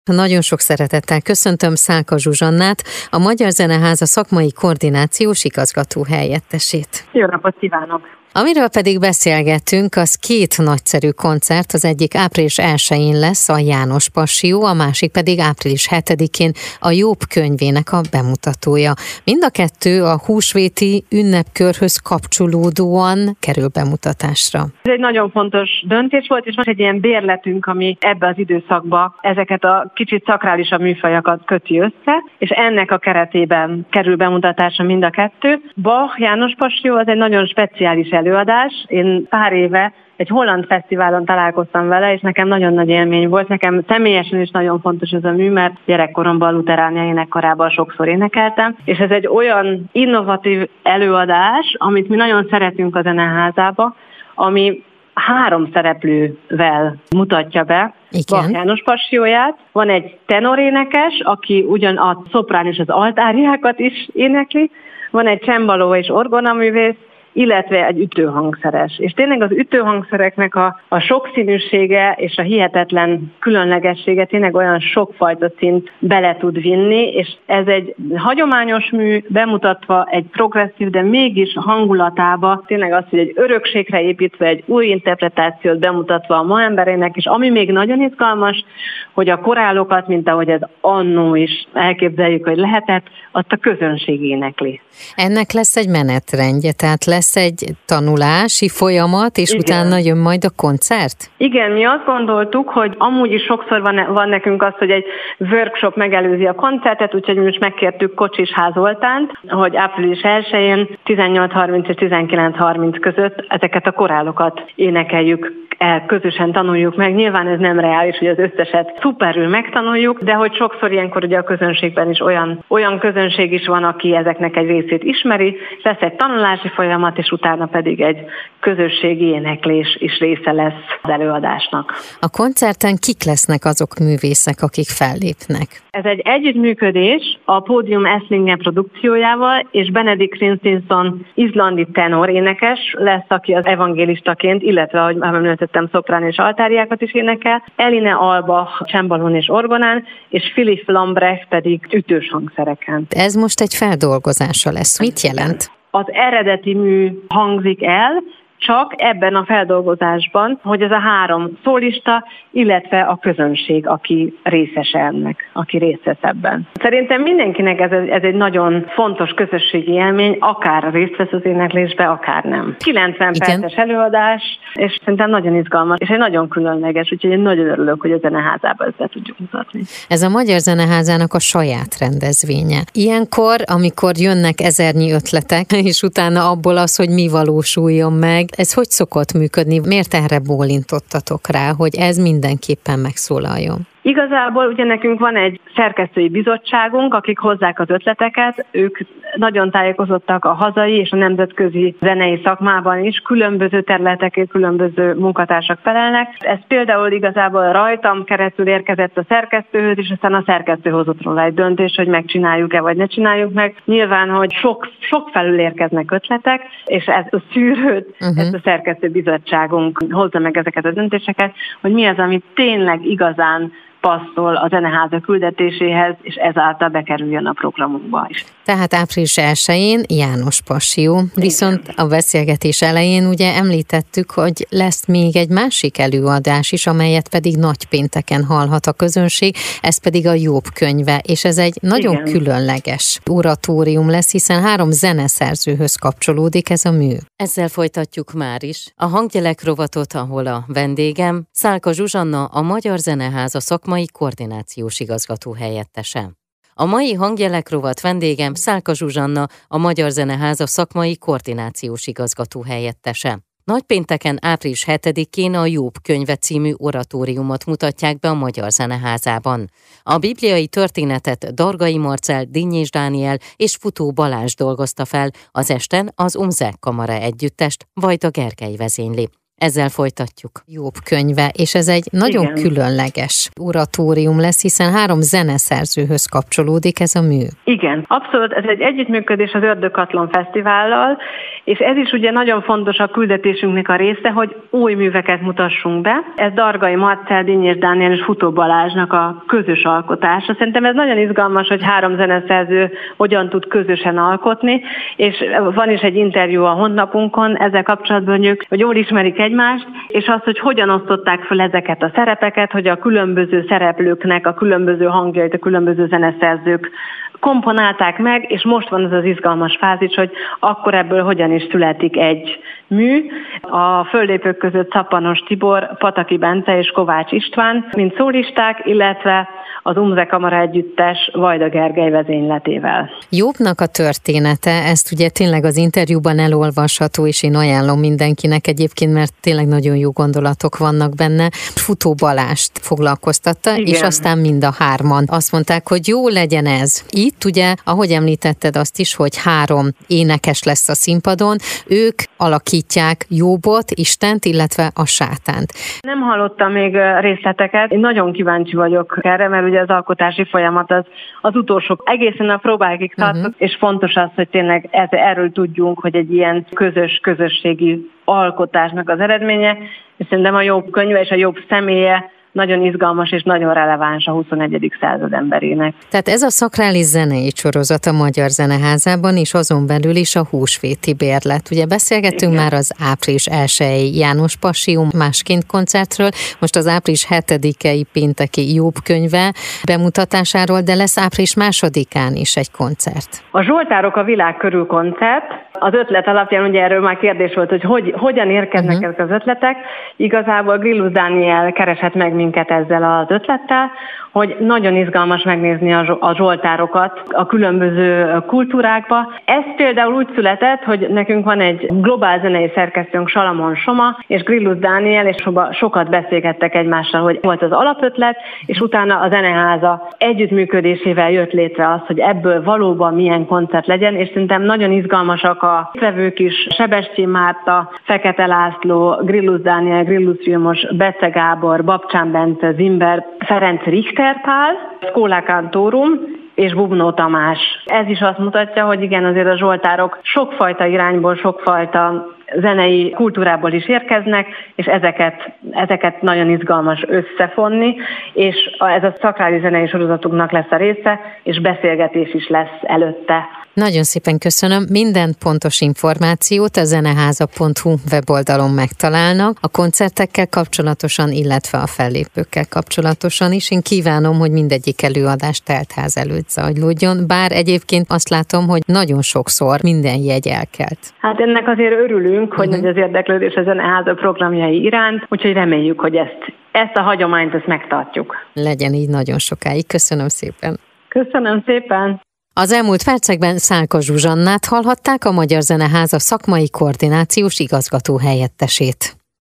Nagyon sok szeretettel köszöntöm Szálka Zsuzsannát, a Magyar Zeneháza szakmai koordinációs igazgató helyettesét. Jó napot kívánok! Amiről pedig beszélgettünk, az két nagyszerű koncert, az egyik április 1-én lesz a János Passió, a másik pedig április 7-én a Jobb könyvének a bemutatója. Mind a kettő a húsvéti ünnepkörhöz kapcsolódóan kerül bemutatásra. Ez egy nagyon fontos döntés volt, és most egy ilyen bérletünk, ami ebbe az időszakba ezeket a kicsit szakrálisabb műfajakat köti össze, és ennek a keretében kerül bemutatásra mind a kettő. Bach János Passió az egy nagyon speciális előadás. Én pár éve egy holland fesztiválon találkoztam vele, és nekem nagyon nagy élmény volt. Nekem személyesen is nagyon fontos ez a mű, mert gyerekkoromban a Luteránia énekkarában sokszor énekeltem, és ez egy olyan innovatív előadás, amit mi nagyon szeretünk a zeneházába, ami 3 szereplővel mutatja be Bach János Passióját. Van egy tenorénekes, aki ugyan a szoprán és az altáriákat is énekli, van egy csembaló és orgonaművész, illetve egy ütőhangszeres. És tényleg az ütőhangszereknek a sokszínűsége és a hihetetlen különlegessége tényleg olyan sokfajta színt bele tud vinni, és ez egy hagyományos mű, bemutatva egy progresszív, de mégis hangulatába, tényleg az, hogy egy örökségre építve egy új interpretációt bemutatva a ma emberének, és ami még nagyon izgalmas, hogy a korálokat, mint ahogy ez annó is elképzeljük, hogy lehetett, azt a közönség énekli. Ennek lesz egy menetrendje, tehát lesz egy tanulási folyamat, és utána jön majd a koncert? Igen, mi azt gondoltuk, hogy amúgy is sokszor van nekünk az, hogy egy workshop megelőzi a koncertet, úgyhogy mi most megkértük Kocsis Zoltánt, hogy április 1-én 18:30 és 19:30 között ezeket a korálokat énekeljük el, közösen tanuljuk meg. Nyilván ez nem reális, hogy az összeset szuperül megtanuljuk, de hogy sokszor ilyenkor ugye a közönségben is olyan közönség is van, aki ezeknek egy részét ismeri, lesz egy tanulási folyamat, és utána pedig egy közösségi éneklés is része lesz az előadásnak. A koncerten kik lesznek azok művészek, akik fellépnek? Ez egy együttműködés a Pódium Esslingen produkciójával, és Benedikt Kristinsson izlandi tenor énekes lesz, aki az evangélistaként, illetve, ahogy már említettem, szoprán és altáriákat is énekel, Eline Albach csembalón és orgonán, és Philipp Lambrecht pedig ütős hangszereken. Ez most egy feldolgozása lesz. Mit jelent? Az eredeti mű hangzik el, csak ebben a feldolgozásban, hogy ez a 3 szólista, illetve a közönség, aki részes ennek, aki részt vesz ebben. Szerintem mindenkinek ez egy nagyon fontos közösségi élmény, akár részt vesz az éneklésbe, akár nem. 90 perces előadás, és szerintem nagyon izgalmas, és egy nagyon különleges, úgyhogy én nagyon örülök, hogy a Zeneházában ezt tudjuk mutatni. Ez a Magyar Zeneházának a saját rendezvénye. Ilyenkor, amikor jönnek ezernyi ötletek, és utána abból az, hogy mi valósuljon meg, ez hogy szokott működni? Miért erre bólintottatok rá, hogy ez mindenképpen megszólaljon? Igazából ugye nekünk van egy szerkesztői bizottságunk, akik hozzák az ötleteket, ők nagyon tájékozottak a hazai és a nemzetközi zenei szakmában is, különböző területekért különböző munkatársak felelnek. Ez például igazából rajtam keresztül érkezett a szerkesztőhöz, és aztán a szerkesztő hozott róla egy döntést, hogy megcsináljuk-e vagy ne csináljuk meg. Nyilván, hogy sok felül érkeznek ötletek, és ez a szűrőt, ezt a szerkesztő bizottságunk hozza meg ezeket a döntéseket, hogy mi az, ami tényleg igazán passzol a Zeneháza küldetéséhez, és ezáltal bekerüljön a programunkba is. Tehát április 1-én János Passió, viszont a beszélgetés elején ugye említettük, hogy lesz még egy másik előadás is, amelyet pedig nagypénteken hallhat a közönség, ez pedig a Jobb könyve, és ez egy nagyon különleges oratórium lesz, hiszen 3 zeneszerzőhöz kapcsolódik ez a mű. Ezzel folytatjuk már is a hangjelek rovatot, ahol a vendégem Szálka Zsuzsanna, a Magyar Zeneháza szakmai koordinációs igazgató helyettese. A mai hangjelek rovat vendégem Szálka Zsuzsanna, a Magyar Zeneháza szakmai koordinációs igazgató helyettese. Nagypénteken április 7-én a Jobb könyve című oratóriumot mutatják be a Magyar Zeneházában. A bibliai történetet Dargai Marcell, Dinnyés Dániel és Futó Balázs dolgozta fel, az esten az Umzek Kamara együttest Vajda Gergely vezényli. Ezzel folytatjuk. Jobb könyve, és ez egy nagyon különleges oratórium lesz, hiszen 3 zeneszerzőhöz kapcsolódik ez a mű. Igen, abszolút, ez egy együttműködés az Ördögkatlon Fesztivállal, és ez is ugye nagyon fontos a küldetésünknek a része, hogy új műveket mutassunk be. Ez Dargai Marcell, Dinnyés Dániel és Futó Balázsnak a közös alkotása. Szerintem ez nagyon izgalmas, hogy 3 zeneszerző hogyan tud közösen alkotni, és van is egy interjú a honlapunkon ezzel kapcsolatban, hogy jól ismerik egymást, és azt, hogy hogyan osztották fel ezeket a szerepeket, hogy a különböző szereplőknek a különböző hangjait, a különböző zeneszerzők komponálták meg, és most van az az izgalmas fázis, hogy akkor ebből hogyan is születik egy mű. A föllépők között Szappanos Tibor, Pataki Bence és Kovács István, mint szólisták, illetve az Umze Kamara Együttes Vajda Gergely vezényletével. Jobbnak a története, ezt ugye tényleg az interjúban elolvasható, és én ajánlom mindenkinek egyébként, mert tényleg nagyon jó gondolatok vannak benne. Futó Balást foglalkoztatta, igen. És aztán mind a 3-an azt mondták, hogy jó legyen ez. Itt ugye, ahogy említetted azt is, hogy 3 énekes lesz a színpadon, ők alakítják Jobbot, Istent, illetve a sátánt. Nem hallottam még részleteket, én nagyon kíváncsi vagyok erre, mert ugye az alkotási folyamat az utolsó egészen a próbákig tartott, és fontos az, hogy tényleg erről tudjunk, hogy egy ilyen közösségi alkotásnak az eredménye, és szerintem a Jobb könyve és a Jobb személye nagyon izgalmas és nagyon releváns a 21. század emberének. Tehát ez a szakrális zenei sorozat a Magyar Zeneházában, és azon belül is a húsvéti bérlet. Ugye beszélgettünk már az április 1-i János Passium másként koncertről, most az április 7-i pénteki Jobb könyve bemutatásáról, de lesz április 2-án is egy koncert. A Zsoltárok a világ körül koncert. Az ötlet alapján ugye erről már kérdés volt, hogy hogyan érkeznek ezek az ötletek. Igazából Grillus Dániel keresett meg minket ezzel az ötlettel, hogy nagyon izgalmas megnézni a zsoltárokat a különböző kultúrákba. Ez például úgy született, hogy nekünk van egy globál zenei szerkesztőnk, Salamon Soma, és Grillus Dániel, és sokat beszélgettek egymással, hogy volt az alapötlet, és utána a Zeneháza együttműködésével jött létre az, hogy ebből valóban milyen koncert legyen, és szerintem nagyon izgalmasak a vevők is, Sebestyén Márta, Fekete László, Grillus Dániel, Grillus Vilmos, Bece Gábor, Babcsán Bence, Zimber, Ferenc Richter Pál, Schola Cantorum és Bubnó Tamás. Ez is azt mutatja, hogy igen, azért a zsoltárok sokfajta irányból, sokfajta zenei kultúrából is érkeznek, és ezeket nagyon izgalmas összefonni, és ez a szakrális zenei sorozatunknak lesz a része, és beszélgetés is lesz előtte. Nagyon szépen köszönöm. Minden pontos információt a zeneháza.hu weboldalon megtalálnak, a koncertekkel kapcsolatosan, illetve a fellépőkkel kapcsolatosan is. Én kívánom, hogy mindegyik előadás teltház előtt zajlódjon, bár egyébként azt látom, hogy nagyon sokszor minden jegy elkelt. Hát ennek azért örülünk, hogy nagy az érdeklődés a Zeneháza programjai iránt, úgyhogy reméljük, hogy ezt a hagyományt megtartjuk. Legyen így nagyon sokáig. Köszönöm szépen. Köszönöm szépen. Az elmúlt percekben Szálka Zsuzsannát hallhatták, a Magyar Zeneháza szakmai koordinációs igazgató helyettesét.